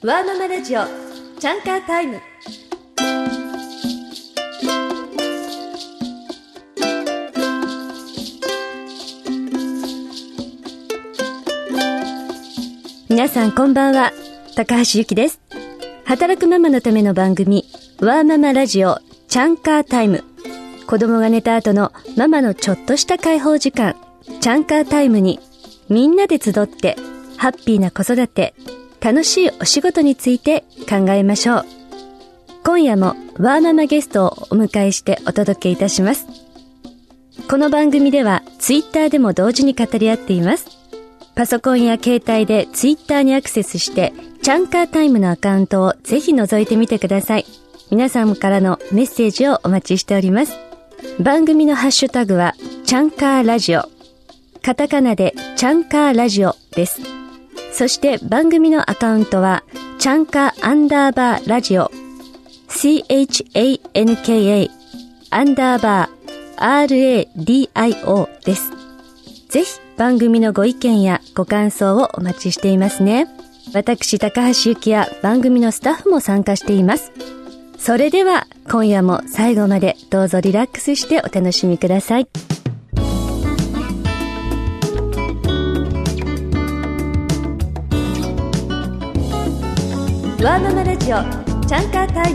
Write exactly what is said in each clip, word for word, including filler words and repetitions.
ワーママラジオチャンカータイム。皆さんこんばんは、高橋由紀です。働くママのための番組ワーママラジオチャンカータイム。子供が寝た後のママのちょっとした解放時間、チャンカータイムにみんなで集ってハッピーな子育て、楽しいお仕事について考えましょう。今夜もワーママゲストをお迎えしてお届けいたします。この番組ではツイッターでも同時に語り合っています。パソコンや携帯でツイッターにアクセスしてチャンカータイムのアカウントをぜひ覗いてみてください。皆さんからのメッセージをお待ちしております。番組のハッシュタグはチャンカーラジオ、カタカナでチャンカーラジオです。そして番組のアカウントはチャンカーアンダーバーラジオ チャンカ アンダーバー ラディオ です。ぜひ番組のご意見やご感想をお待ちしていますね。私高橋由紀や番組のスタッフも参加しています。それでは今夜も最後までどうぞリラックスしてお楽しみください。ワーママラジオチャンカータイム。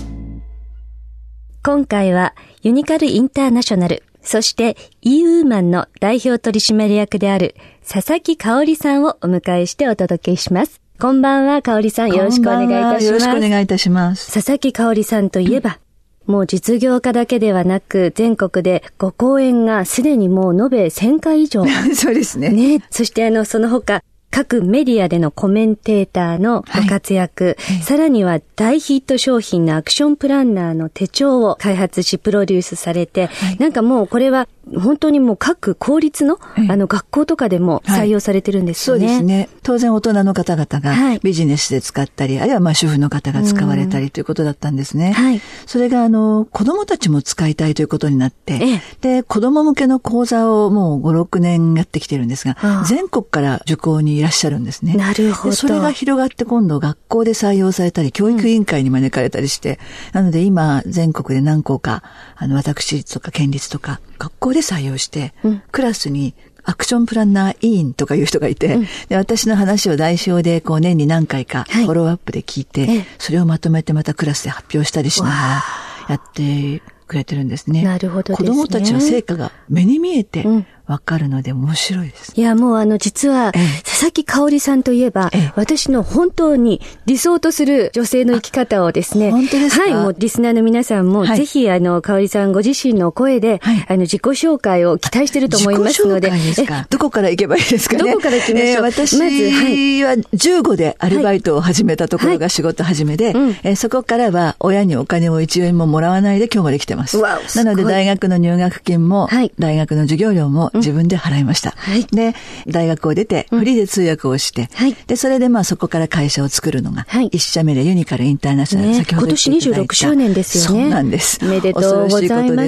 今回はユニカルインターナショナル、そして e ウーマンの代表取締役である佐々木香織さんをお迎えしてお届けします。こんばんは、香織さん、よろしくお願いいたします。 よろしくお願いいたします。 佐々木香織さんといえば、うん、もう実業家だけではなく全国でご講演がすでにもう延べせんかい以上そうですね。 ね、そしてあのその他各メディアでのコメンテーターのご活躍、はい、さらには大ヒット商品のアクションプランナーの手帳を開発しプロデュースされて、はい、なんかもうこれは本当にもう各公立の、はい、あの学校とかでも採用されてるんですよね。 はい、そうですね。当然大人の方々がビジネスで使ったり、はい、あるいはまあ主婦の方が使われたりということだったんですね。はい、それがあの子供たちも使いたいということになって、ええ、で子供向けの講座をもうご、ろくねんやってきてるんですが、ああ全国から受講にいらっしゃるんですね。 なるほど。 それが広がって今度学校で採用されたり、教育委員会に招かれたりして、うん、なので今全国で何校か、あの私立とか県立とか学校で採用して、うん、クラスにアクションプランナー委員とかいう人がいて、うん、で私の話を代表でこう年に何回かフォローアップで聞いて、はい、それをまとめてまたクラスで発表したりしながらやってくれてるんですね。 なるほどですね。 子供たちの成果が目に見えて、うんわかるので面白いです。 いや、もうあの、実は、佐々木香織さんといえば、私の本当に理想とする女性の生き方をですね。 本当ですか？ はい、もうリスナーの皆さんも、はい、ぜひ、あの、香織さんご自身の声で、はい、あの、自己紹介を期待していると思いますので。 自己紹介ですか？どこから行けばいいですかね？ どこから行きましょう？えー、 私はじゅうごでアルバイトを始めたところが仕事始めで、はいはいえー、そこからは親にお金をいちえんももらわないで今日まで来てます。 わお、すごい。 なので大学の入学金も、はい、大学の授業料も自分で払います。はい、で、大学を出て、フリーで通訳をして、うん、で、それでまあそこから会社を作るのが、はい、一社目でユニカルインターナショナル、 ね、 先ほど言っていただいた。 今年にじゅうろくしゅうねんですよね。 そうなんです。 おめでとうございます。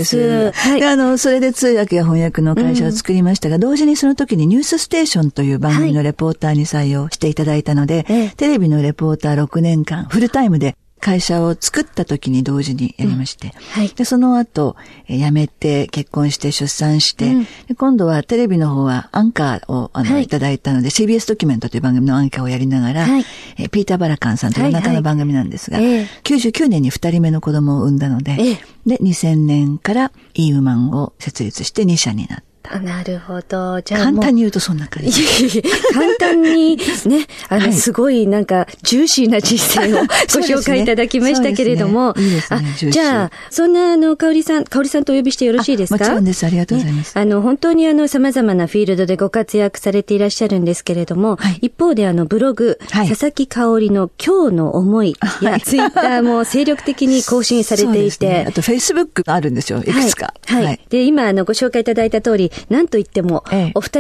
はい、で、あの、それで通訳や翻訳の会社を作りましたが、うん、同時にその時にニュースステーションという番組のレポーターに採用していただいたので、はい、テレビのレポーターろくねんかん、フルタイムで、会社を作った時に同時にやりまして、うんはい、でその後え辞めて結婚して出産して、うん、で今度はテレビの方はアンカーをあの、はい、いただいたので シービーエス ドキュメントという番組のアンカーをやりながら、はい、えピーター・バラカンさんという中の番組なんですが、はいはい、きゅうじゅうきゅうねんにふたりめの子供を産んだので、ええ、でにせんねんから e ウーマンを設立してにしゃになった。 なるほど。じゃあ簡単に言うとそんな感じ。 簡単にね、あの、はい、すごいなんかジューシーな人生をご紹介いただきましたけれども、 ねいいですね、 あじゃあそんなあの香織さん、香織さんとお呼びしてよろしいですか？ もちろんです。ありがとうございます。 ね、あの本当にあの様々なフィールドでご活躍されていらっしゃるんですけれども、はい、一方であのブログ、はい、佐々木香織の今日の思いや、はい、ツイッターも精力的に更新されていて、ね、 あとフェイスブックあるんですよ。いくつか。 はい。はい、で今あのご紹介いただいた通り、なんといってもええ、お二人の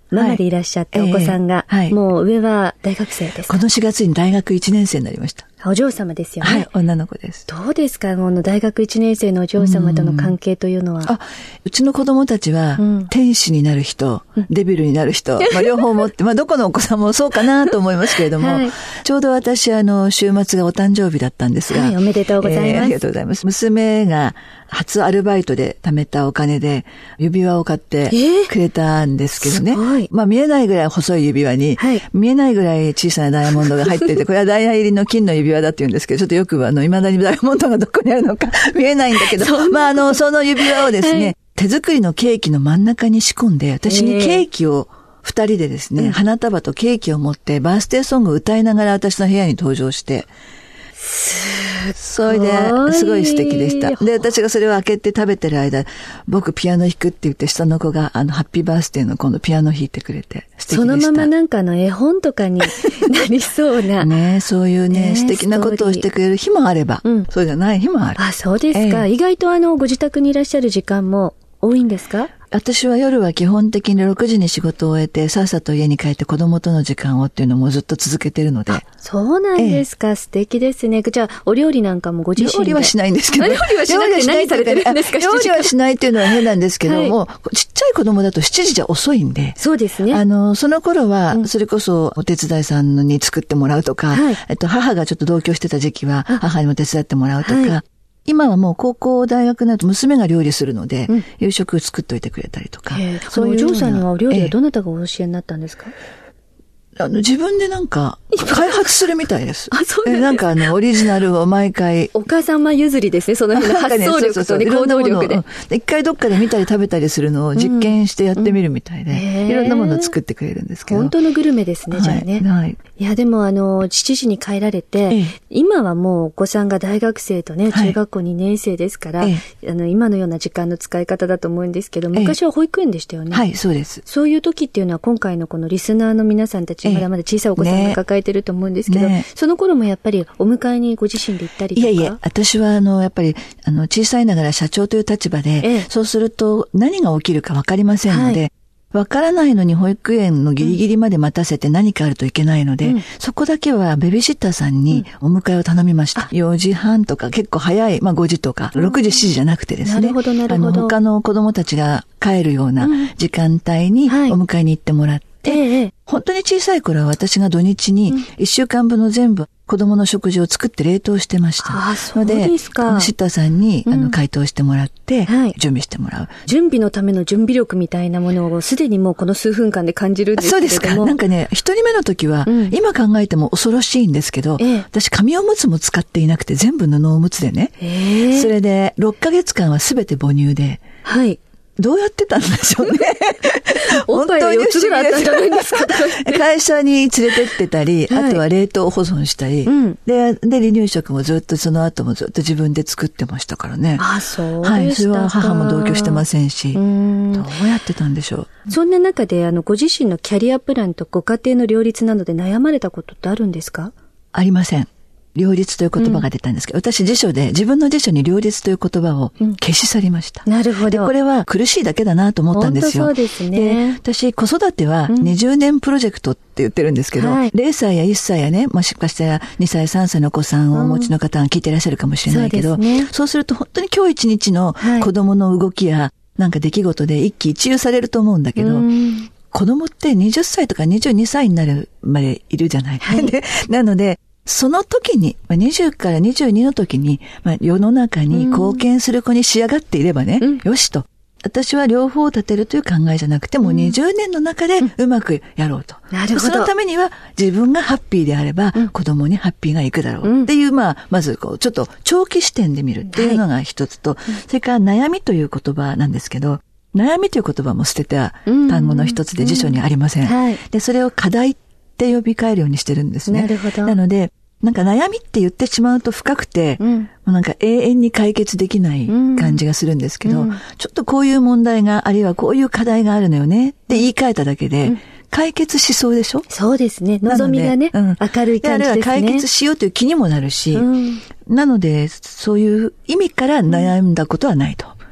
ママでいらっしゃってお子さんが、 えーはい、 もう上は大学生ですか？ このしがつに大学いちねん生になりました。 お嬢様ですよね。 はい、女の子です。 どうですか、もう大学いちねん生のお嬢様との関係というのは。 うん、あ、うちの子供たちは、うん、天使になる人、うん、デビルになる人、まあ、両方持って、まあどこのお子さんもそうかなと思いますけれども、はい、ちょうど私あの週末がお誕生日だったんですが、 はい、おめでとうございます。えー、 ありがとうございます。娘が初アルバイトで貯めたお金で指輪を買ってくれたんですけどね。えー、すごい。まあ見えないぐらい細い指輪に、はい、見えないぐらい小さなダイヤモンドが入っていて、これはダイヤ入りの金の指輪だって言うんですけど、ちょっとよくあの未だにダイヤモンドがどこにあるのか見えないんだけど、まああのその指輪をですね、はい、手作りのケーキの真ん中に仕込んで、私にケーキを二人でですね、えー、花束とケーキを持ってバースデーソングを歌いながら私の部屋に登場して、それで、すごい素敵でした。で、私がそれを開けて食べてる間、僕ピアノ弾くって言って、下の子が、あの、ハッピーバースデーの今度ピアノ弾いてくれて、素敵でした。 そのままなんかの絵本とかになりそうな。 ね、そういうね、ね、素敵なことをしてくれる日もあれば、うん、そうじゃない日もある。 あ、そうですか。えー、意外とあの、ご自宅にいらっしゃる時間も多いんですか？ 私は夜は基本的にろくじに仕事を終えて、さっさと家に帰って子供との時間をっていうのもずっと続けてるので。 そうなんですか、ええ、素敵ですね。じゃあ、お料理なんかもご自身で。 料理はしないんですけど。 料理はしなくて何されてるんですか？ 料理はしないっていうのは変なんですけども、はい、ちっちゃい子供だとしちじじゃ遅いんで。 そうですね。 あの、その頃は、それこそお手伝いさんに作ってもらうとか、はい、えっと、母がちょっと同居してた時期は、母にも手伝ってもらうとか、はい、今はもう高校、大学になると娘が料理するので、うん、夕食作っといてくれたりとか。 そういうお嬢さんにはお料理はどなたがお教えになったんですか？ あの、自分でなんか、開発するみたいです。 あ、そうです。 なんかあの、オリジナルを毎回。 お母様譲りですね、その辺の発想力とね、行動力で。 一回どっかで見たり食べたりするのを実験してやってみるみたいで、うんうん、いろんなものを作ってくれるんですけど。 本当のグルメですね、じゃあね。はい。はい、いや、でもあの、しちじに帰られて、ええ、今はもうお子さんが大学生とね、中学校にねん生ですから、はい、あの、今のような時間の使い方だと思うんですけど、昔は保育園でしたよね。 はい、そうです。 そういう時っていうのは今回のこのリスナーの皆さんたち、まだまだ小さいお子さんが抱えてると思うんですけど、ねね、その頃もやっぱりお迎えにご自身で行ったりとか。 いやいや、私はあの、やっぱり、あの、小さいながら社長という立場で、ええ、そうすると何が起きるかわかりませんので、はいわからないのに保育園のギリギリまで待たせて何かあるといけないので、うん、そこだけはベビーシッターさんにお迎えを頼みました。うん、よじはんとか結構早い、まあごじとか、ろくじ、しちじじゃなくてですね。なるほど、なるほど。 あの、他の子供たちが帰るような時間帯にお迎えに行ってもらって、うんはい、本当に小さい頃は私が土日にいっしゅうかんぶんの全部、子供の食事を作って冷凍してました。 ああ、そうですか。 で、シッターさんに、うん、あの、回答してもらって、はい、準備してもらう。 準備のための準備力みたいなものをすでにもうこの数分間で感じるんですけれども。 そうですか。なんかね、一人目の時は、うん、今考えても恐ろしいんですけど、ええ、私紙おむつも使っていなくて全部布おむつでね。ええ、それで、ろっかげつかんはすべて母乳で。 はい。 どうやってたんでしょうね。 おっぱいがよっつぐらいあったんじゃないですか。 会社に連れてってたり、はい、あとは冷凍保存したり、うん、で、で、離乳食もずっとその後もずっと自分で作ってましたからね。 あ、そうでしたか。 はい、それは母も同居してませんし、うんどうやってたんでしょう。そんな中で、あの、ご自身のキャリアプランとご家庭の両立などで悩まれたことってあるんですか？ ありません。両立という言葉が出たんですけど、うん、私辞書で自分の辞書に両立という言葉を消し去りました。 うん、なるほど。 で、これは苦しいだけだなと思ったんですよ。 本当そうですね。 で、私子育てはにじゅうねんプロジェクトって言ってるんですけど、うんはい、ゼロさいやいっさいやね、もしかしたらにさいさんさいのお子さんをお持ちの方が聞いていらっしゃるかもしれないけど、うん そうですね、そうすると本当に今日一日の子供の動きやなんか出来事で一喜一憂されると思うんだけど、うん子供ってはたちとかにじゅうにさいになるまでいるじゃないか、はい、でなので、その時に、にじゅうからにじゅうにの時に、まあ、世の中に貢献する子に仕上がっていればね、うん、よしと。私は両方を立てるという考えじゃなくて、もうにじゅうねんの中でうまくやろうと。 うん、なるほど。 そのためには自分がハッピーであれば、うん、子供にハッピーがいくだろうっていう、まあ、まずこう、ちょっと長期視点で見るっていうのが一つと、はい、それから悩みという言葉なんですけど、悩みという言葉も捨てた単語の一つで辞書にありません。うんはい、で、それを課題って呼び換えるようにしてるんですね。 なるほど。 なので、なんか悩みって言ってしまうと深くて、うん、もうなんか永遠に解決できない感じがするんですけど、うん、ちょっとこういう問題が、あるいはこういう課題があるのよねって言い換えただけで、うん、解決しそうでしょ？ そうですね。望みがね、うん、明るい感じですね。あれは解決しようという気にもなるし、うん、なので、そういう意味から悩んだことはないと。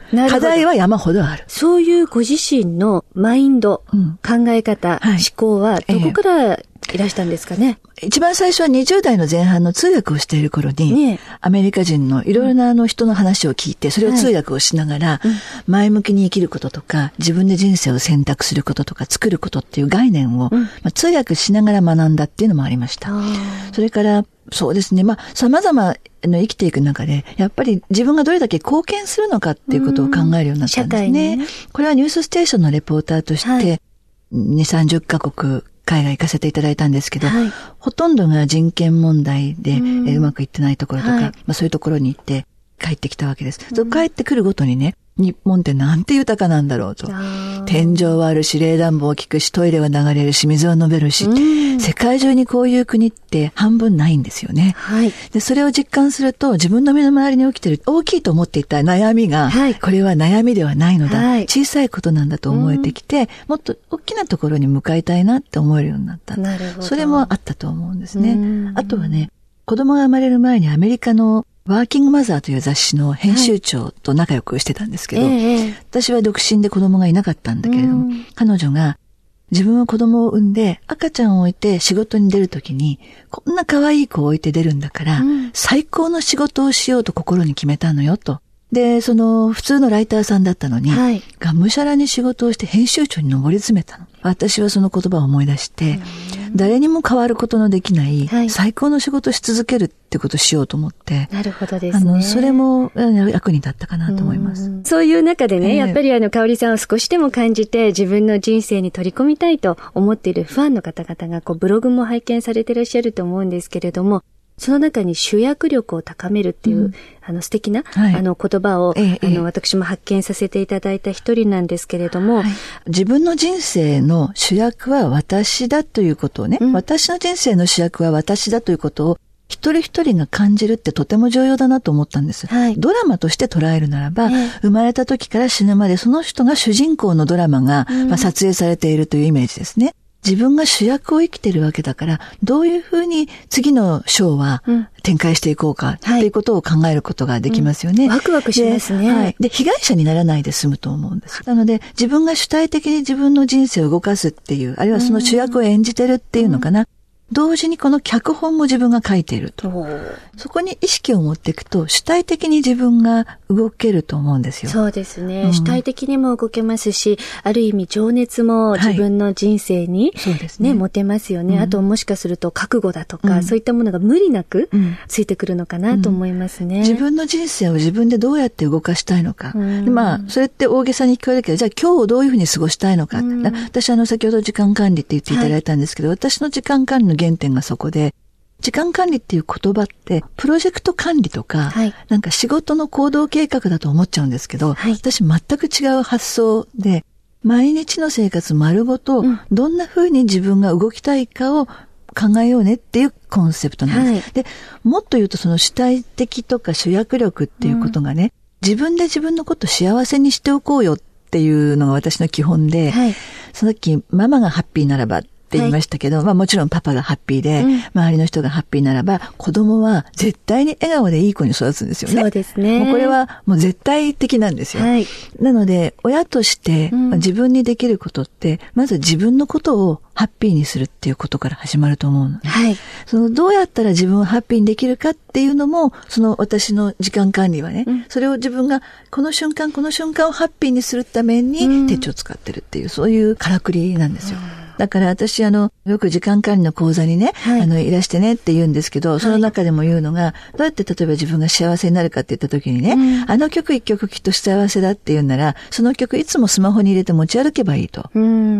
課題は山ほどある。 そういうご自身のマインド、うん、考え方、はい、思考はどこからいらしたんですかね。 えー、一番最初はにじゅう代の前半の通訳をしている頃に、ね、アメリカ人のいろいろなあの人の話を聞いて、それを通訳をしながら、はい、前向きに生きることとか、自分で人生を選択することとか、作ることっていう概念を、うん、まあ、通訳しながら学んだっていうのもありました。それから、そうですね。まあ、様々の生きていく中で、やっぱり自分がどれだけ貢献するのかっていうことを考えるようになったんですね。ね、これはニュースステーションのレポーターとして、はい、にじゅう、さんじゅっカ国、海外行かせていただいたんですけど、はい、ほとんどが人権問題で、う, えうまくいってないところとか、はい、まあ、そういうところに行って帰ってきたわけです。そう帰ってくるごとにね、日本ってなんて豊かなんだろうと。天井はあるし、冷暖房を効くし、トイレは流れるし、水は飲めるし、世界中にこういう国って半分ないんですよね。はい、でそれを実感すると、自分の身の回りに起きている大きいと思っていた悩みが、はい、これは悩みではないのだ、はい、小さいことなんだと思えてきて、もっと大きなところに向かいたいなって思えるようになった。なるほど。それもあったと思うんですね。あとはね、子供が生まれる前にアメリカのワーキングマザーという雑誌の編集長と仲良くしてたんですけど、はい、えー、私は独身で子供がいなかったんだけれども、彼女が自分は子供を産んで赤ちゃんを置いて仕事に出るときに、こんな可愛い子を置いて出るんだから、うん、最高の仕事をしようと心に決めたのよと。で、その普通のライターさんだったのに、はい、がむしゃらに仕事をして編集長に上り詰めたの。私はその言葉を思い出して、うん、誰にも変わることのできない、はい、最高の仕事をし続けるってことをしようと思って。 なるほどですね。 あの、それも役に立ったかなと思います。 うん、そういう中でね、えー、やっぱりあの、香織さんを少しでも感じて自分の人生に取り込みたいと思っているファンの方々がこうブログも拝見されていらっしゃると思うんですけれども、その中に主役力を高めるっていう、うん、あの素敵な、はい、あの言葉を、ええ、あの私も発見させていただいた一人なんですけれども、はい、 自分の人生の主役は私だということをね、うん、私の人生の主役は私だということを一人一人が感じるってとても重要だなと思ったんです。はい、ドラマとして捉えるならば、ええ、生まれた時から死ぬまでその人が主人公のドラマが、うん、まあ、撮影されているというイメージですね。自分が主役を生きているわけだから、どういうふうに次のショーは展開していこうかっていうことを考えることができますよね。 うん、ワクワクしますね。 はい。で、被害者にならないで済むと思うんです。なので、自分が主体的に自分の人生を動かすっていう、あるいはその主役を演じてるっていうのかな。うん、同時にこの脚本も自分が書いていると。そこに意識を持っていくと、主体的に自分が動けると思うんですよ。 そうですね。うん、主体的にも動けますし、ある意味情熱も自分の人生に、はい、そうですね、持てますよね。うん、あともしかすると覚悟だとか、うん、そういったものが無理なくついてくるのかなと思いますね。 うん、自分の人生を自分でどうやって動かしたいのか。うん、まあ、それって大げさに聞こえるけど、じゃあ今日をどういうふうに過ごしたいのか。うん、私あの先ほど時間管理って言っていただいたんですけど、はい、私の時間管理の原点がそこで、時間管理っていう言葉って、プロジェクト管理とか、はい、なんか仕事の行動計画だと思っちゃうんですけど、はい、私全く違う発想で、毎日の生活丸ごと、うん、どんな風に自分が動きたいかを考えようねっていうコンセプトなんです。はい、で、もっと言うとその主体的とか主役力っていうことがね、うん、自分で自分のことを幸せにしておこうよっていうのが私の基本で、はい、その時ママがハッピーならば、って言いましたけど、はい、まあもちろんパパがハッピーで、うん、周りの人がハッピーならば、子供は絶対に笑顔でいい子に育つんですよね。 そうですね。 もうこれはもう絶対的なんですよ。はい、なので、親として、うん、自分にできることって、まず自分のことをハッピーにするっていうことから始まると思うので、はい、そのどうやったら自分をハッピーにできるかっていうのも、その私の時間管理はね、うん、それを自分がこの瞬間この瞬間をハッピーにするために手帳を使ってるっていう、そういうからくりなんですよ。うんだから私あの、よく時間管理の講座にね、はい、あの、いらしてねって言うんですけど、その中でも言うのが、はい、どうやって例えば自分が幸せになるかって言った時にね、うん、あの曲一曲きっと幸せだって言うなら、その曲いつもスマホに入れて持ち歩けばいいと。うん、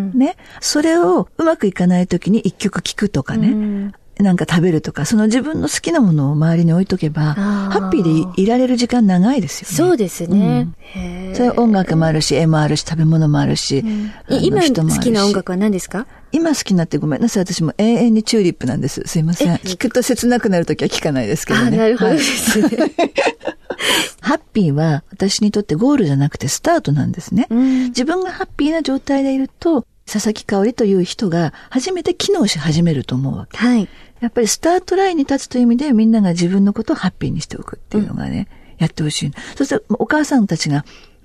ね。それをうまくいかない時に一曲聴くとかね。うんなんか食べるとか、その自分の好きなものを周りに置いとけば、ハッピーでいられる時間長いですよね。 そうですね。 うん、へそれは音楽もあるし、絵もあるし、食べ物もあるし、うん、 今好きな音楽は何ですか？ 今好きになってごめんなさい。私も永遠にチューリップなんです。すいません。聞くと切なくなるときは聞かないですけどね。 あ、なるほどですね。はい、 ハッピーは私にとってゴールじゃなくてスタートなんですね。うん、自分がハッピーな状態でいると、佐々木香織という人が初めて機能し始めると思うわけ。はい。やっぱりスタートラインに立つという意味でみんなが自分のことをハッピーにしておくっていうのがね、うん、やってほしい。そしてお母さんたちが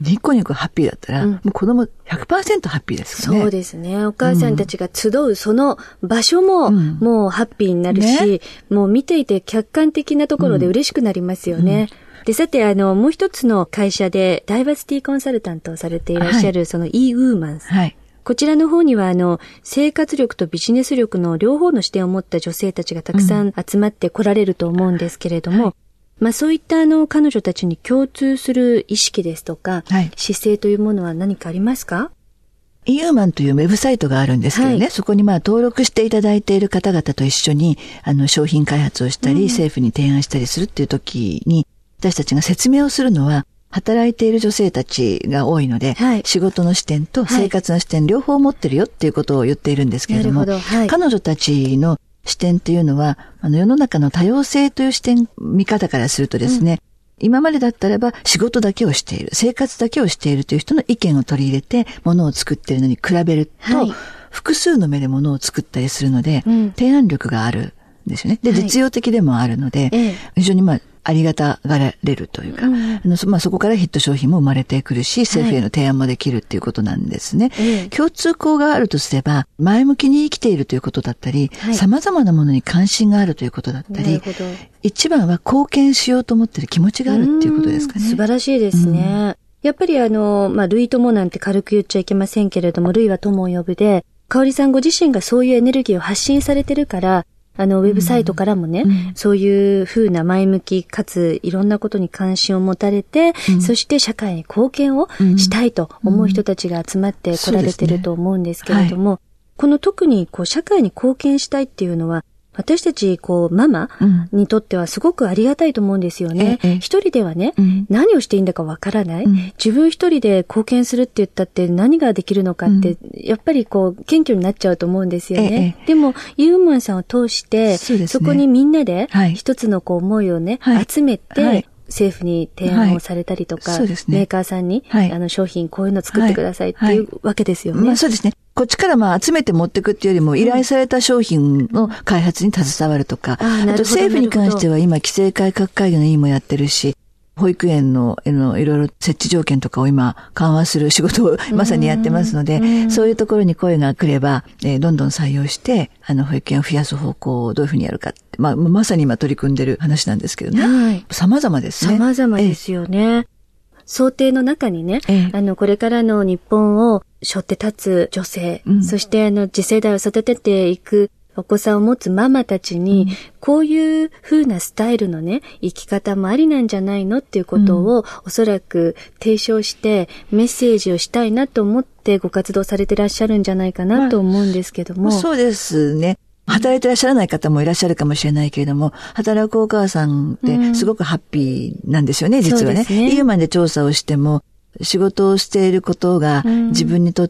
ニコニコハッピーだったら、うん、もう子供 ひゃくパーセント ハッピーですよね。 そうですね。お母さんたちが集うその場所も、うん、もうハッピーになるし、ね、もう見ていて客観的なところで嬉しくなりますよね。うん、で、さて、あの、もう一つの会社でダイバーシティコンサルタントをされていらっしゃる、はい、その e ウーマンさん。はい。こちらの方には、あの、生活力とビジネス力の両方の視点を持った女性たちがたくさん集まってこられると思うんですけれども、うんはい、まあそういったあの、彼女たちに共通する意識ですとか、はい、姿勢というものは何かありますか？ e ウーマンというウェブサイトがあるんですけどね、はい、そこにまあ登録していただいている方々と一緒に、あの、商品開発をしたり、うん、政府に提案したりするっていう時に、私たちが説明をするのは、働いている女性たちが多いので、はい、仕事の視点と生活の視点、はい、両方持ってるよっていうことを言っているんですけれども、なるほど、はい、彼女たちの視点っていうのは、あの世の中の多様性という視点、見方からするとですね、うん、今までだったらば仕事だけをしている、生活だけをしているという人の意見を取り入れて物を作っているのに比べると、はい、複数の目で物を作ったりするので、うん、提案力があるんですよね。で、実用的でもあるので、はい、非常にまあ、ありがたがられるというか、うん、あのまあ、そこからヒット商品も生まれてくるし、政府への提案もできるっていうことなんですね。はい、共通項があるとすれば、前向きに生きているということだったり、はい、様々なものに関心があるということだったり、一番は貢献しようと思っている気持ちがあるっていうことですかね。 素晴らしいですね。うん、やっぱりあの、まあ、類友なんて軽く言っちゃいけませんけれども、類は友を呼ぶで、香織さんご自身がそういうエネルギーを発信されてるから、あの、ウェブサイトからもね、うん、そういう風な前向きかついろんなことに関心を持たれて、うん、そして社会に貢献をしたいと思う人たちが集まって来られてると思うんですけれども、うんねはい、この特にこう社会に貢献したいっていうのは、私たち、こう、ママにとってはすごくありがたいと思うんですよね。うん、一人ではね、うん、何をしていいんだかわからない、うん。自分一人で貢献するって言ったって何ができるのかって、うん、やっぱりこう、謙虚になっちゃうと思うんですよね。でも、ユーモンさんを通して、そ, ね、そこにみんなで一つのこう思いをね、はい、集めて、はい政府に提案をされたりとか、はいね、メーカーさんに、はい、あの商品こういうの作ってくださいっていうわけですよね。はいはいまあ、そうですね。こっちからまあ集めて持っていくっていうよりも依頼された商品の開発に携わるとか、うん、あ, あと政府に関しては今規制改革会議の委員もやってるし、保育園の、のいろいろ設置条件とかを今緩和する仕事をまさにやってますので、うんうん、そういうところに声が来れば、えー、どんどん採用して、あの保育園を増やす方向をどういうふうにやるかって、まあ、まさに今取り組んでる話なんですけどね。はい。様々ですね。 様々ですよね。想定の中にね、ええ、あの、これからの日本を背負って立つ女性、うん、そしてあの、次世代を育てていくお子さんを持つママたちに、うん、こういう風なスタイルのね、生き方もありなんじゃないのっていうことを、うん、おそらく提唱してメッセージをしたいなと思ってご活動されてらっしゃるんじゃないかなと思うんですけども。 まあ、そうですね。働いてらっしゃらない方もいらっしゃるかもしれないけれども、働くお母さんってすごくハッピーなんですよね、うん、実はね。イーマンで調査をしても、仕事をしていることが自分にとって、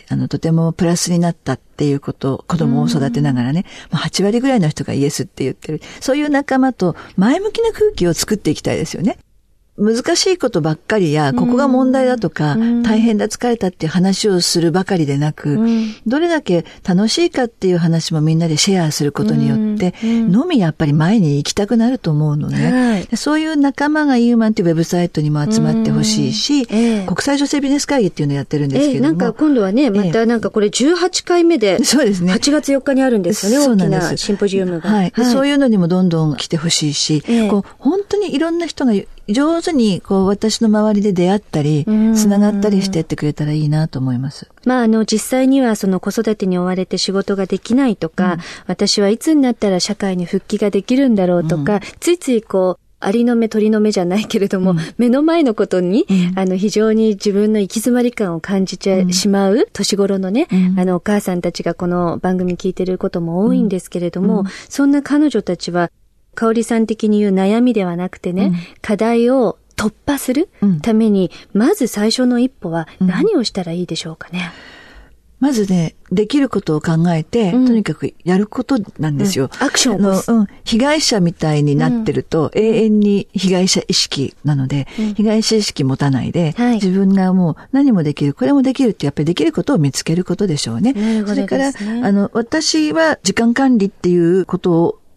うん、あの、とてもプラスになったっていうこと、子供を育てながらね、うん、はち割ぐらいの人がイエスって言ってる。そういう仲間と前向きな空気を作っていきたいですよね。難しいことばっかりや、ここが問題だとか、うん、大変だ、疲れたっていう話をするばかりでなく、うん、どれだけ楽しいかっていう話もみんなでシェアすることによって、うん、のみやっぱり前に行きたくなると思うのね。はい、そういう仲間がユーマンというウェブサイトにも集まってほしいし、うんえー、国際女性ビジネス会議っていうのをやってるんですけれども。 えー、なんか今度はね、またなんかこれじゅうはちかいめで、そうですね。はちがつよっかにあるんですよね、大きなシンポジウムが。 はい。はい、そういうのにもどんどん来てほしいし、えー、こう本当にいろんな人が上手にこう私の周りで出会ったりつながったりしてってくれたらいいなと思います。 まああの実際にはその子育てに追われて仕事ができないとか、うん、私はいつになったら社会に復帰ができるんだろうとか、うん、ついついこうありの目鳥の目じゃないけれども、うん、目の前のことに、うん、あの非常に自分の行き詰まり感を感じてしまう年頃のね、うん、あのお母さんたちがこの番組聞いてることも多いんですけれども、うん、そんな彼女たちは香織さん的に言う悩みではなくてね、うん、課題を突破するために、うん、まず最初の一歩は何をしたらいいでしょうかね。 うん、まずね、できることを考えて、うん、とにかくやることなんですよ。 うん、アクションを起こす。 うん、被害者みたいになってると、うん、永遠に被害者意識なので、うん、被害者意識持たないで、はい、自分がもう何もできる、これもできるってやっぱりできることを見つけることでしょうね。 なるほどですね。 それから、あの、私は時間管理っていうことを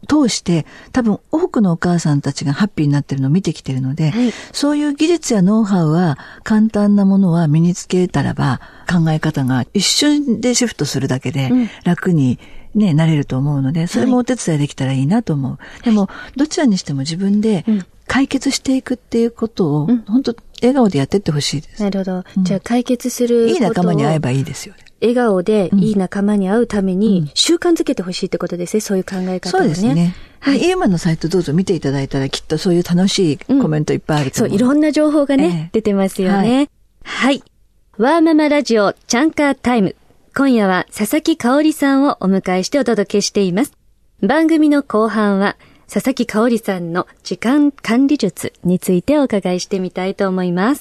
通して多分多くのお母さんたちがハッピーになってるのを見てきてるので、はい、そういう技術やノウハウは簡単なものは身につけたらば考え方が一瞬でシフトするだけで楽にね、なれると思うので、それもお手伝いできたらいいなと思う。はい、でもどちらにしても自分で解決していくっていうことを、うん、本当笑顔でやってってほしいです。 なるほど。うん、じゃあ解決することをいい仲間に会えばいいですよね。 笑顔でいい仲間に会うために習慣づけてほしいってことですね、そういう考え方をね。 そうですね。はい。今のサイトどうぞ見ていただいたらきっとそういう楽しいコメントいっぱいあると思う。 うん、そう、いろんな情報がね、えー、出てますよね。はい。はい。ワーママラジオチャンカータイム。今夜は佐々木香織さんをお迎えしてお届けしています。番組の後半は佐々木香織さんの時間管理術についてお伺いしてみたいと思います。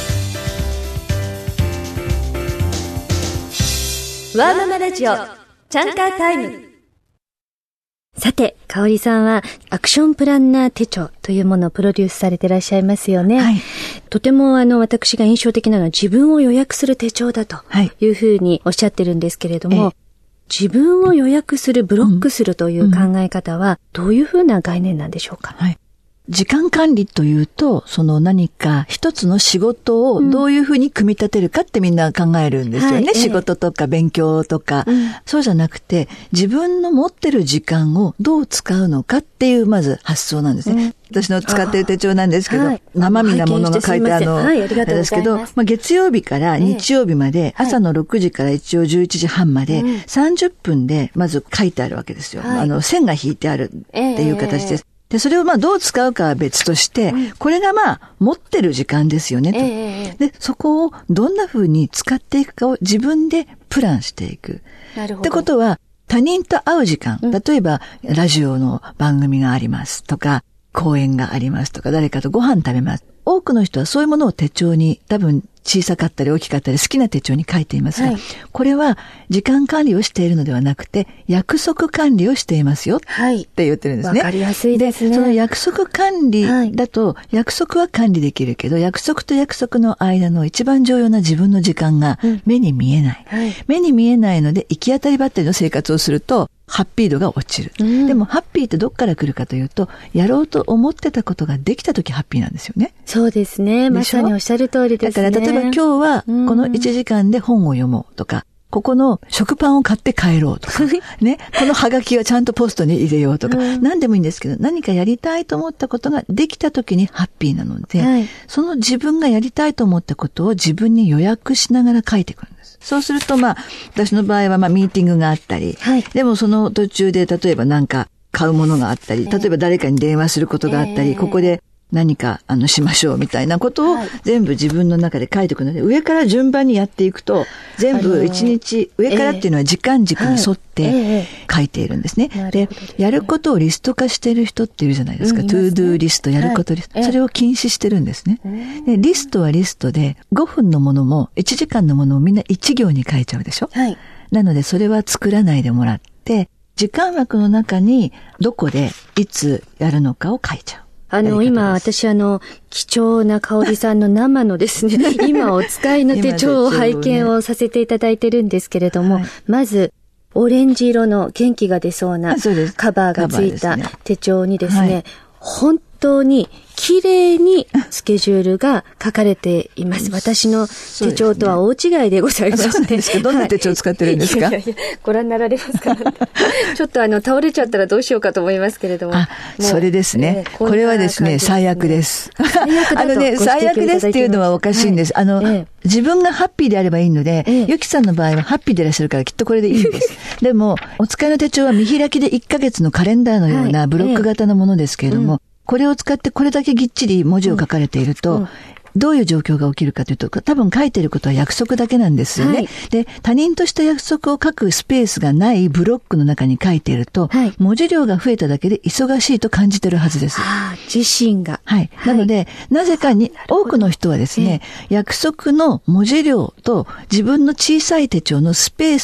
ワーママラジオチャンカータイム。さて、香織さんはアクションプランナー手帳というものをプロデュースされていらっしゃいますよね。はい、とてもあの私が印象的なのは自分を予約する手帳だというふうにおっしゃってるんですけれども、はい、自分を予約する、ブロックするという考え方はどういうふうな概念なんでしょうか？ はい、時間管理というと、その何か一つの仕事をどういうふうに組み立てるかってみんな考えるんですよね。うんはい、仕事とか勉強とか、うん、そうじゃなくて、自分の持ってる時間をどう使うのかっていうまず発想なんですね。うん、私の使ってる手帳なんですけど、はい、生身なものが書いてあるの、はい、あれですけど、まあ、月曜日から日曜日まで、えー、朝のろくじから一応じゅういちじはんまで、さんじゅっぷんでまず書いてあるわけですよ。はい、あの線が引いてあるっていう形です。えーで、それをまあどう使うかは別として、うん、これがまあ持ってる時間ですよねと、えー。で、そこをどんな風に使っていくかを自分でプランしていく。なるほど。ってことは、他人と会う時間、例えばラジオの番組がありますとか、講演がありますとか、誰かとご飯食べます。多くの人はそういうものを手帳に多分小さかったり大きかったり好きな手帳に書いていますが、はい、これは時間管理をしているのではなくて約束管理をしていますよって言ってるんですね。 わかりやすいですね。 で、その約束管理だと、約束は管理できるけど、約束と約束の間の一番重要な自分の時間が目に見えない。うんはい、目に見えないので行き当たりばったりの生活をすると、ハッピー度が落ちる、うん。でもハッピーってどっから来るかというと、やろうと思ってたことができたときハッピーなんですよね。 そうですね。まさにおっしゃる通りですね。 だから例えば今日はこのいちじかんで本を読もうとか、ここの食パンを買って帰ろうとか、ね、このハガキはちゃんとポストに入れようとか、うん、何でもいいんですけど、何かやりたいと思ったことができた時にハッピーなので、はい、その自分がやりたいと思ったことを自分に予約しながら書いてくるんです。そうするとまあ、私の場合はまあミーティングがあったり、はい、でもその途中で例えばなんか買うものがあったり、例えば誰かに電話することがあったり、えー、ここで何かあのしましょうみたいなことを全部自分の中で書いていくので、上から順番にやっていくと全部一日、上からっていうのは時間軸に沿って書いているんですね。で、やることをリスト化している人っているじゃないですか。トゥードゥーリスト、やることリスト。それを禁止してるんですね。で、リストはリストでごふんのものもいちじかんのものをみんないち行に書いちゃうでしょ。はい。なのでそれは作らないでもらって、時間枠の中にどこでいつやるのかを書いちゃう。 あの、今、私、あの、貴重な香織さんの生のですね、今お使いの手帳を拝見をさせていただいてるんですけれども、はい、まず、オレンジ色の元気が出そうなカバーがついた手帳にですね、本当に綺麗にスケジュールが書かれています。私の手帳とは大違いでございまして。 そうですか。どんな手帳を使ってるんですか？ はい、いやいやいや、ご覧になられますか？ちょっとあの、倒れちゃったらどうしようかと思いますけれども。 あ、それですね。えー、これはですね、最悪です。最悪だとあのね、最悪ですっていうのはおかしいんです。はい、あの、えー、自分がハッピーであればいいので、えー、ゆきさんの場合はハッピーでいらっしゃるからきっとこれでいいんです。でも、お使いの手帳は見開きでいっかげつのカレンダーのようなブロック型のものですけれども、はいえーうんこれを使ってこれだけぎっちり文字を書かれていると、うんうん、どういう状況が起きるかというと、多分書いていることは約束だけなんですよね。はい、で、他人とした約束を書くスペースがないブロックの中に書いていると、はい、文字量が増えただけで忙しいと感じているはずです。 ああ、自身が。 はい。なので、はい、なぜかに、多くの人はですね、約束の文字量と自分の小さい手帳のスペースと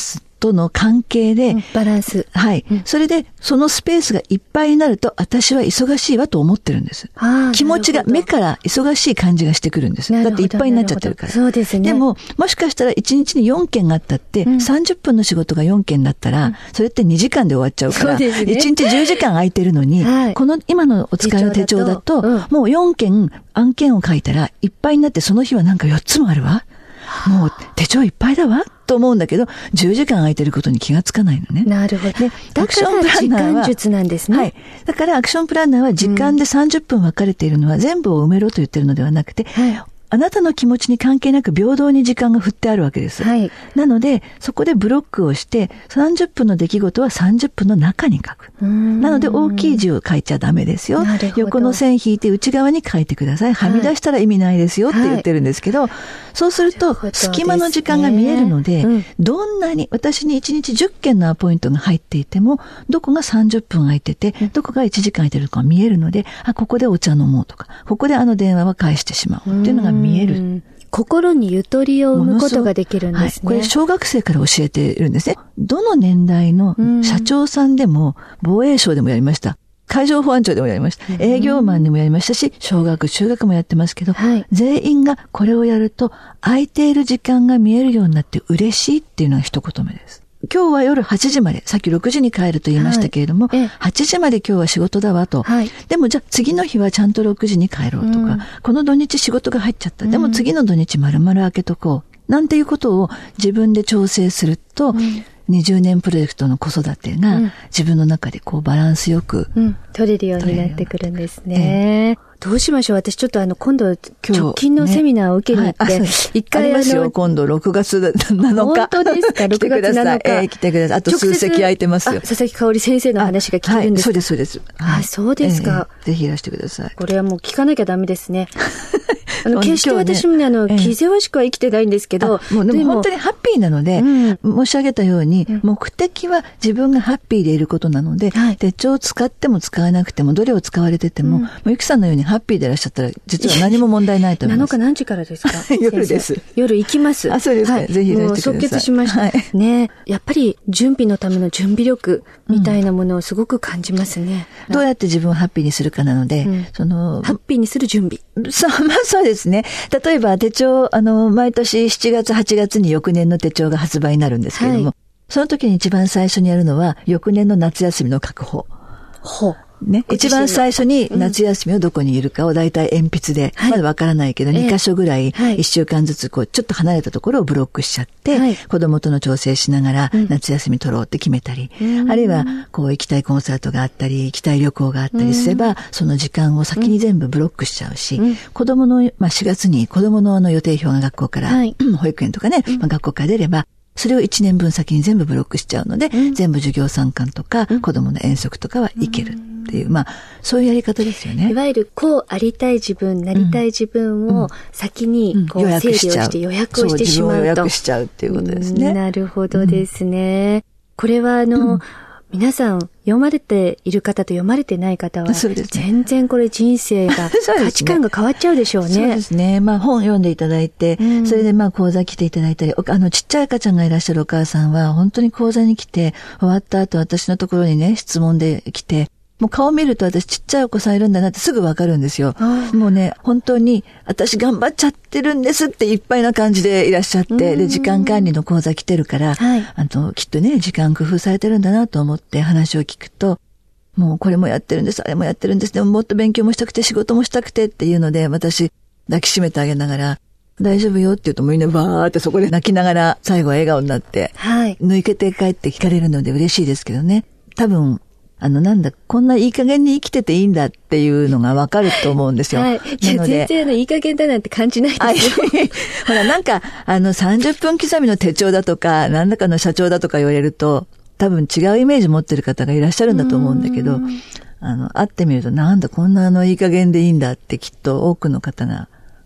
との関係で、 うん、バランス。 はい、うん。それで、そのスペースがいっぱいになると、私は忙しいわと思ってるんです。気持ちが、目から忙しい感じがしてくるんです。だっていっぱいになっちゃってるから。 そうですね。 でも、もしかしたらいちにちによんけんあったって、うん、さんじゅっぷんの仕事がよんけんだったら、うん、それってにじかんで終わっちゃうから、ね、いちにちじゅうじかん空いてるのに、はい、この今のお使いの手帳だと、うん、もうよんけん案件を書いたらいっぱいになって、その日はなんかよっつもあるわ。もう手帳いっぱいだわと思うんだけど、じゅうじかん空いてることに気がつかないのね。 なるほど。で、だから時間術なんですね。 はい。だからアクションプランナーは時間でさんじゅっぷん分かれているのは、うん、全部を埋めろと言ってるのではなくて、はい、あなたの気持ちに関係なく平等に時間が振ってあるわけです。はい。なので、そこでブロックをして、さんじゅっぷんの出来事はさんじゅっぷんの中に書く。なので、大きい字を書いちゃダメですよ。横の線引いて内側に書いてください。はみ出したら意味ないですよって言ってるんですけど、はい、そうすると、隙間の時間が見えるので、うん、どんなに私にいちにちじゅっけんのアポイントが入っていても、どこがさんじゅっぷん空いてて、どこがいちじかん空いてるか見えるので、あ、ここでお茶飲もうとか、ここであの電話は返してしまうっていうのが見える。 心にゆとりを生むことができるんですね。はい、 これ小学生から教えているんですね。どの年代の社長さんでも防衛省でもやりました。海上保安庁でもやりました。営業マンでもやりましたし、小学、中学もやってますけど、はい、全員がこれをやると空いている時間が見えるようになって嬉しいっていうのが一言目です。今日は夜はちじまで、さっきろくじに帰ると言いましたけれども、はい、はちじまで今日は仕事だわと、はい、でもじゃあ次の日はちゃんとろくじに帰ろうとか、うん、この土日仕事が入っちゃった。でも次の土日丸々開けとこう。なんていうことを自分で調整すると、うん、にじゅうねんプロジェクトの子育てが自分の中でこうバランスよく、 うん、取れるようになってくるんですね。ええ、どうしましょう。私ちょっとあの今度直近のセミナーを受けに行って、ね、一回ありますよ。今度ろくがつなのか。 本当ですか。ろくがつなのか。 えー、来てください。あと数席空いてますよ。 佐々木香織先生の話が聞けるんですか。 はい、そうですそうです。 あ、そうですか、 えー。ぜひいらしてください。 これはもう聞かなきゃダメですね。あの決して私もね、あの、気ぜわしくは生きてないんですけど、 もうでも本当にハッピーなので、うん、申し上げたように、うん、目的は自分がハッピーでいることなので、はい、手帳を使っても使わなくても、どれを使われてても、うん、もうゆきさんのようにハッピーでいらっしゃったら、実は何も問題ないと思います。 なのか何時からですか？ 夜です。 夜行きます。 あ、そうですね。はい、ぜひいらしてください。 もう即決しました。はい、ね。やっぱり準備のための準備力みたいなものをすごく感じますね。 うん、どうやって自分をハッピーにするかなので、うん、そのハッピーにする準備。 そう、まあそうですね。例えば手帳、あの、毎年しちがつ、はちがつに翌年の手帳が発売になるんですけれども、はい、その時に一番最初にやるのは、翌年の夏休みの確保。 ほう。 ね。一番最初に夏休みをどこにいるかをだいたい鉛筆で、うん、まだわからないけど、に箇所ぐらい、いっしゅうかんずつこう、ちょっと離れたところをブロックしちゃって、はい、子供との調整しながら、夏休み取ろうって決めたり、うん、あるいは、こう、行きたいコンサートがあったり、行きたい旅行があったりすれば、うん、その時間を先に全部ブロックしちゃうし、うん、子供の、まあ、しがつに子供のあの予定表が学校から、はい、保育園とかね、まあ、学校から出れば、それをいちねんぶん先に全部ブロックしちゃうので、うん、全部授業参観とか、うん、子供の遠足とかは行けるっていう、まあ、そういうやり方ですよね。 いわゆる、こうありたい自分、なりたい自分を先にこう、整理をして予約をしてしまうと。 そう、自分を予約しちゃうっていうことですね。 なるほどですね。うん、これはあの、うん、皆さん読まれている方と読まれてない方は、全然これ人生が、価値観が変わっちゃうでしょうね。 そうですね。まあ本読んでいただいて、うん、それでまあ講座来ていただいたり、あのちっちゃい赤ちゃんがいらっしゃるお母さんは、本当に講座に来て、終わった後私のところにね、質問で来て、もう顔見ると私ちっちゃいお子さんいるんだなってすぐわかるんですよ。もうね、本当に私頑張っちゃってるんですっていっぱいな感じでいらっしゃって、で、時間管理の講座来てるから、はい、あの、きっとね、時間工夫されてるんだなと思って話を聞くと、もうこれもやってるんです、あれもやってるんです、でももっと勉強もしたくて仕事もしたくてっていうので、私抱きしめてあげながら、大丈夫よって言うとみんなバーってそこで泣きながら最後は笑顔になって、はい、抜けて帰って聞かれるので嬉しいですけどね。多分、あの、なんだ、こんないい加減に生きてていいんだっていうのがわかると思うんですよ。はい。 なので全然いい加減だなんて感じないですよ。 ほら、なんか、あの、さんじゅっぷん刻みの手帳だとか、何らかの社長だとか言われると、多分違うイメージ持ってる方がいらっしゃるんだと思うんだけど、あの、会ってみると、なんだ、こんなあの、いい加減でいいんだってきっと多くの方が、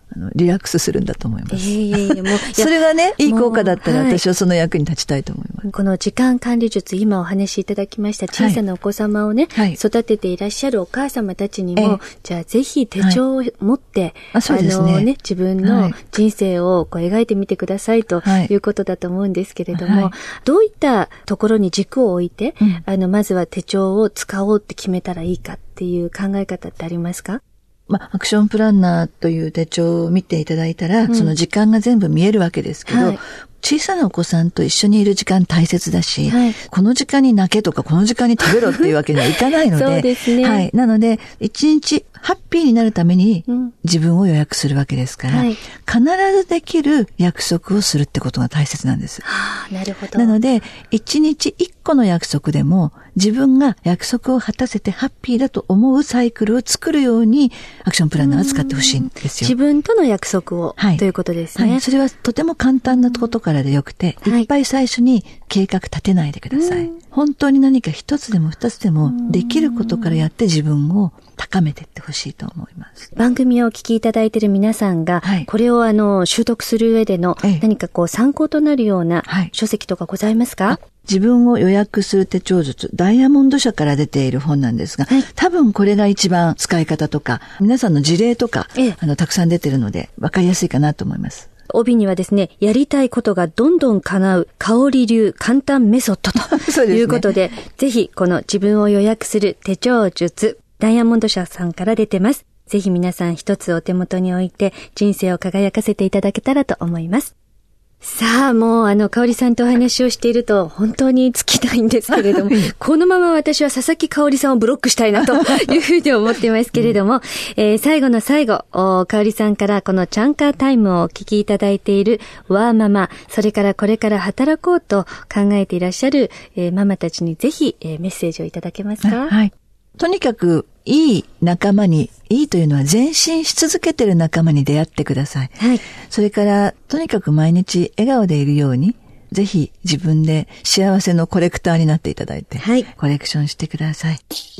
あのリラックスするんだと思います。 いやいやいやもうそれがね、いい効果だったら私はその役に立ちたいと思います。はい、 この時間管理術、今お話しいただきました小さなお子様をね、はい、育てていらっしゃるお母様たちにも、はい、じゃあぜひ手帳を持って、はい、あ, そうですね、あのね、自分の人生をこう描いてみてくださいということだと思うんですけれども、はい、どういったところに軸を置いて、うん、あのまずは手帳を使おうって決めたらいいかっていう考え方ってありますか？ まあ、アクションプランナーという手帳を見ていただいたら、うん、その時間が全部見えるわけですけど、はい、小さなお子さんと一緒にいる時間大切だし、はい、この時間に泣けとかこの時間に食べろっていうわけにはいかないので、 そうですね。 はい。なので、一日ハッピーになるために自分を予約するわけですから、うんはい、必ずできる約束をするってことが大切なんです。 はあ、なるほど。 なので、一日一個の約束でも自分が約束を果たせてハッピーだと思うサイクルを作るようにアクションプランナーを使ってほしいんですよ。 自分との約束を、はい、ということですね、 はい。それはとても簡単なことからでよくて、いっぱい最初に計画立てないでください。うん、本当に何か一つでも二つでもできることからやって自分を高めていってほしいと思います。 番組をお聞きいただいている皆さんが、はい、これをあの習得する上での何かこう参考となるような書籍とかございますか？はい、 自分を予約する手帳術、ダイヤモンド社から出ている本なんですが、はい、多分これが一番使い方とか、皆さんの事例とか、ええ、あのたくさん出てるので分かりやすいかなと思います。 帯にはですね、やりたいことがどんどん叶う香り流簡単メソッドということで、でね、ぜひこの自分を予約する手帳術、ダイヤモンド社さんから出てます。ぜひ皆さん一つお手元に置いて人生を輝かせていただけたらと思います。さあ、もうあの、香織さんとお話をしていると本当に尽きないんですけれども、このまま私は佐々木香織さんをブロックしたいなというふうに思っていますけれども、うん、えー、最後の最後、香織さんからこのチャンカータイムをお聞きいただいているワーママ、それからこれから働こうと考えていらっしゃる、えー、ママたちにぜひ、えー、メッセージをいただけますか？ はい。とにかくいい仲間に、いいというのは前進し続けている仲間に出会ってください。はい。それからとにかく毎日笑顔でいるように、ぜひ自分で幸せのコレクターになっていただいて、はい、コレクションしてください。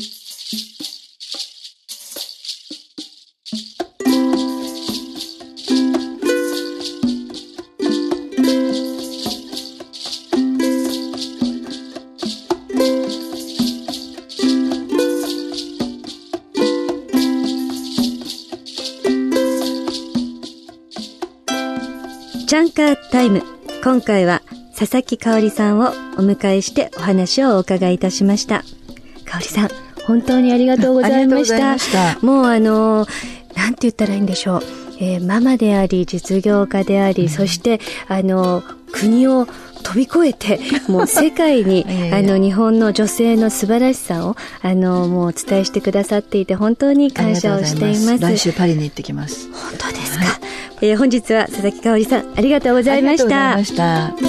チャンカータイム、今回は佐々木香織さんをお迎えしてお話をお伺いいたしました。香織さん、本当にありがとうございました。ありがとうございました。もうあのなんて言ったらいいんでしょう、えー、ママであり実業家であり、うん、そしてあの国を飛び越えてもう世界にあの日本の女性の素晴らしさをあのもうお伝えしてくださっていて本当に感謝をしています。 来週パリに行ってきます。 本当ですか？はい、えー、本日は佐々木香織さんありがとうございました。 ありがとうございました。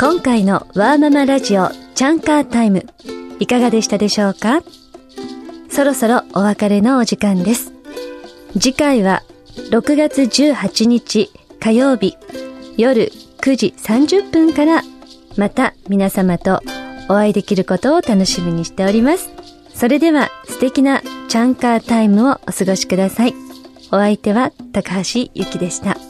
今回のワーママラジオチャンカータイムいかがでしたでしょうか？そろそろお別れのお時間です。次回はろくがつじゅうはちにち火曜日夜くじさんじゅっぷんからまた皆様とお会いできることを楽しみにしております。それでは素敵なチャンカータイムをお過ごしください。お相手は高橋ゆきでした。